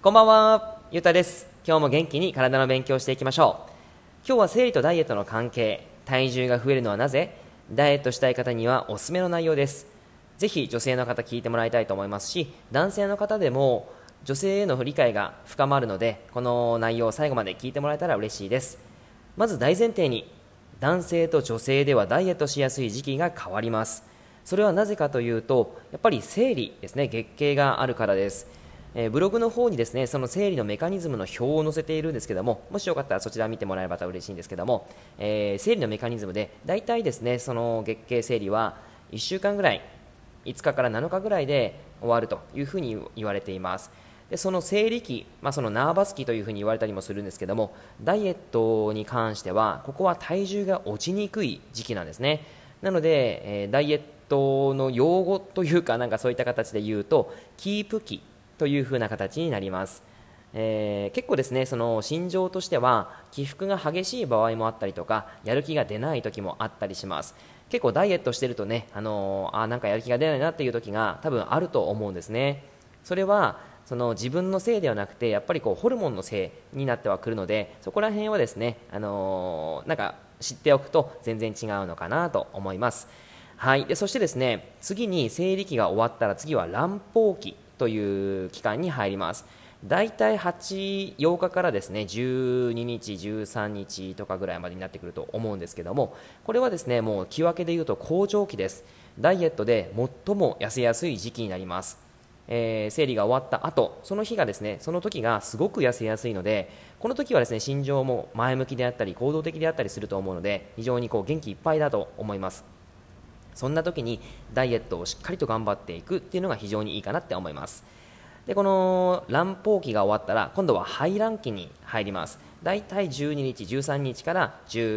こんばんは、ゆうたです。今日も元気に体の勉強をしていきましょう。今日は生理とダイエットの関係、体重が増えるのはなぜ、ダイエットしたい方にはおすすめの内容です。ぜひ女性の方聞いてもらいたいと思いますし、男性の方でも女性への理解が深まるので、この内容を最後まで聞いてもらえたら嬉しいです。まず大前提に、男性と女性ではダイエットしやすい時期が変わります。それはなぜかというと、やっぱり生理ですね、月経があるからです。ブログの方にですね、その生理のメカニズムの表を載せているんですけども、もしよかったらそちら見てもらえれば嬉しいんですけども、生理のメカニズムで大体ですね、その月経生理は1週間ぐらい、5日から7日ぐらいで終わるというふうに言われています。でその生理期、そのナーバス期というふうに言われたりもするんですけども、ダイエットに関してはここは体重が落ちにくい時期なんですね。なので、ダイエットの用語というか、なんかそういった形で言うとキープ期というふうな形になります。結構ですね、その心情としては起伏が激しい場合もあったりとか、やる気が出ない時もあったりします。結構ダイエットしてるとね、なんかやる気が出ないなっていう時が多分あると思うんですね。それはその自分のせいではなくて、やっぱりこうホルモンのせいになってはくるので、そこら辺はですね、なんか知っておくと全然違うのかなと思います。はい、でそしてですね、次に生理期が終わったら次は卵胞期という期間に入ります。だいたい8日からですね12日13日とかぐらいまでになってくると思うんですけども、これはですねもう気分けでいうと好調期です。ダイエットで最も痩せやすい時期になります。生理が終わった後、その日がですね、その時がすごく痩せやすいので、この時はですね心情も前向きであったり行動的であったりすると思うので、非常にこう元気いっぱいだと思います。そんな時にダイエットをしっかりと頑張っていくっていうのが非常にいいかなって思います。でこの卵胞期が終わったら今度は排卵期に入ります。だいたい12日13日から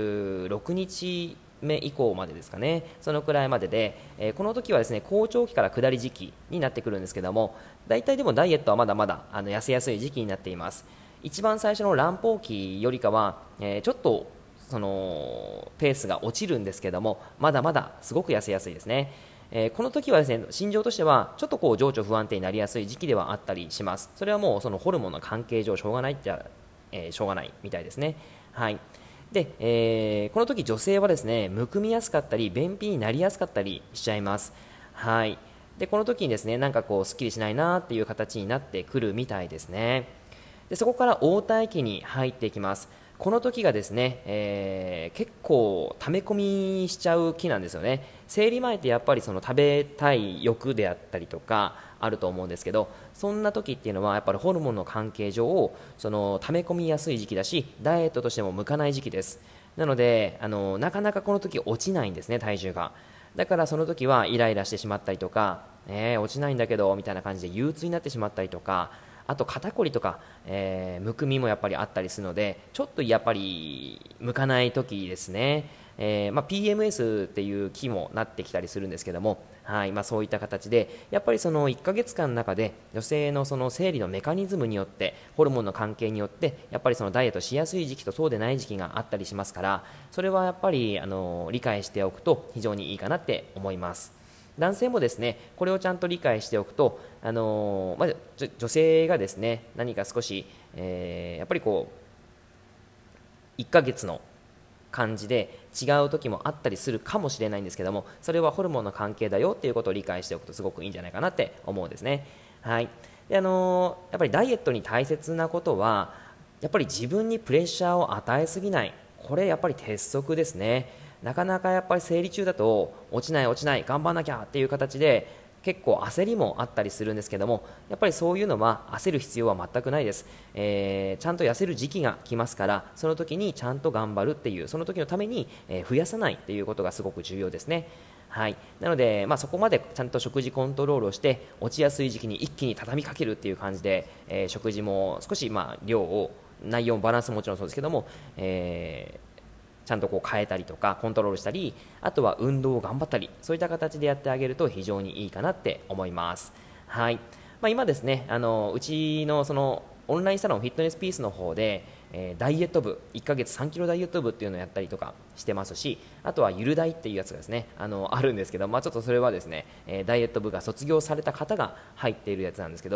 16日目以降までですかね、そのくらいまでで、この時はですね好調期から下り時期になってくるんですけども、だいたいでもダイエットはまだまだ痩せやすい時期になっています。一番最初の卵胞期よりかは、ちょっとそのペースが落ちるんですけども、まだまだすごく痩せやすいですね。この時はですね心情としてはちょっとこう情緒不安定になりやすい時期ではあったりします。それはもうそのホルモンの関係上しょうがないっちゃ、しょうがないみたいですね。はい。で、この時女性はですねむくみやすかったり便秘になりやすかったりしちゃいます。はい。でこの時にですねなんかこうすっきりしないなっていう形になってくるみたいですね。でそこから黄体期に入っていきます。この時がですね、結構溜め込みしちゃう期なんですよね。生理前ってやっぱりその食べたい欲であったりとかあると思うんですけど、そんな時っていうのはやっぱりホルモンの関係上その溜め込みやすい時期だし、ダイエットとしても向かない時期です。なのでなかなかこの時落ちないんですね、体重が。だからその時はイライラしてしまったりとか、落ちないんだけどみたいな感じで憂鬱になってしまったりとか、あと肩こりとか、むくみもやっぱりあったりするので、ちょっとやっぱり向かない時ですね。PMS っていう気もなってきたりするんですけども、はいそういった形でやっぱりその1ヶ月間の中で女性のその生理のメカニズムによって、ホルモンの関係によってやっぱりそのダイエットしやすい時期とそうでない時期があったりしますから、それはやっぱり理解しておくと非常にいいかなって思います。男性もですねこれをちゃんと理解しておくと、女性がですね何か少し、やっぱりこう1ヶ月の感じで違う時もあったりするかもしれないんですけども、それはホルモンの関係だよっていうことを理解しておくとすごくいいんじゃないかなって思うんですね。はい。でやっぱりダイエットに大切なことはやっぱり自分にプレッシャーを与えすぎない、これやっぱり鉄則ですね。なかなかやっぱり生理中だと落ちない落ちない頑張らなきゃっていう形で結構焦りもあったりするんですけども、やっぱりそういうのは焦る必要は全くないです。ちゃんと痩せる時期が来ますから、その時にちゃんと頑張るっていう、その時のために、増やさないっていうことがすごく重要ですね。はい、なので、そこまでちゃんと食事コントロールをして落ちやすい時期に一気に畳みかけるっていう感じで、食事も少し量を内容バランスももちろんそうですけども、ちゃんとこう変えたりとかコントロールしたり、あとは運動を頑張ったり、そういった形でやってあげると非常にいいかなって思います。はい。今ですねうちのそのオンラインサロンフィットネスピースの方で、ダイエット部1ヶ月3キロダイエット部っていうのをやったりとかしてますし、あとはゆるダイっていうやつがですねあるんですけど、ちょっとそれはですね、ダイエット部が卒業された方が入っているやつなんですけど、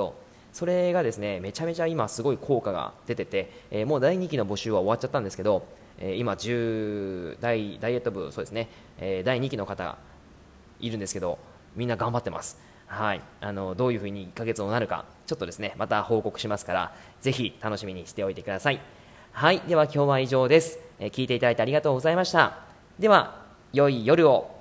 それがですねめちゃめちゃ今すごい効果が出てて、もう第2期の募集は終わっちゃったんですけど、今ダイエット部、そうですね、第2期の方いるんですけど、みんな頑張ってます。はい、どういうふうに1ヶ月になるかちょっとですねまた報告しますから、ぜひ楽しみにしておいてください。はい、では今日は以上です。聞いていただいてありがとうございました。では良い夜を。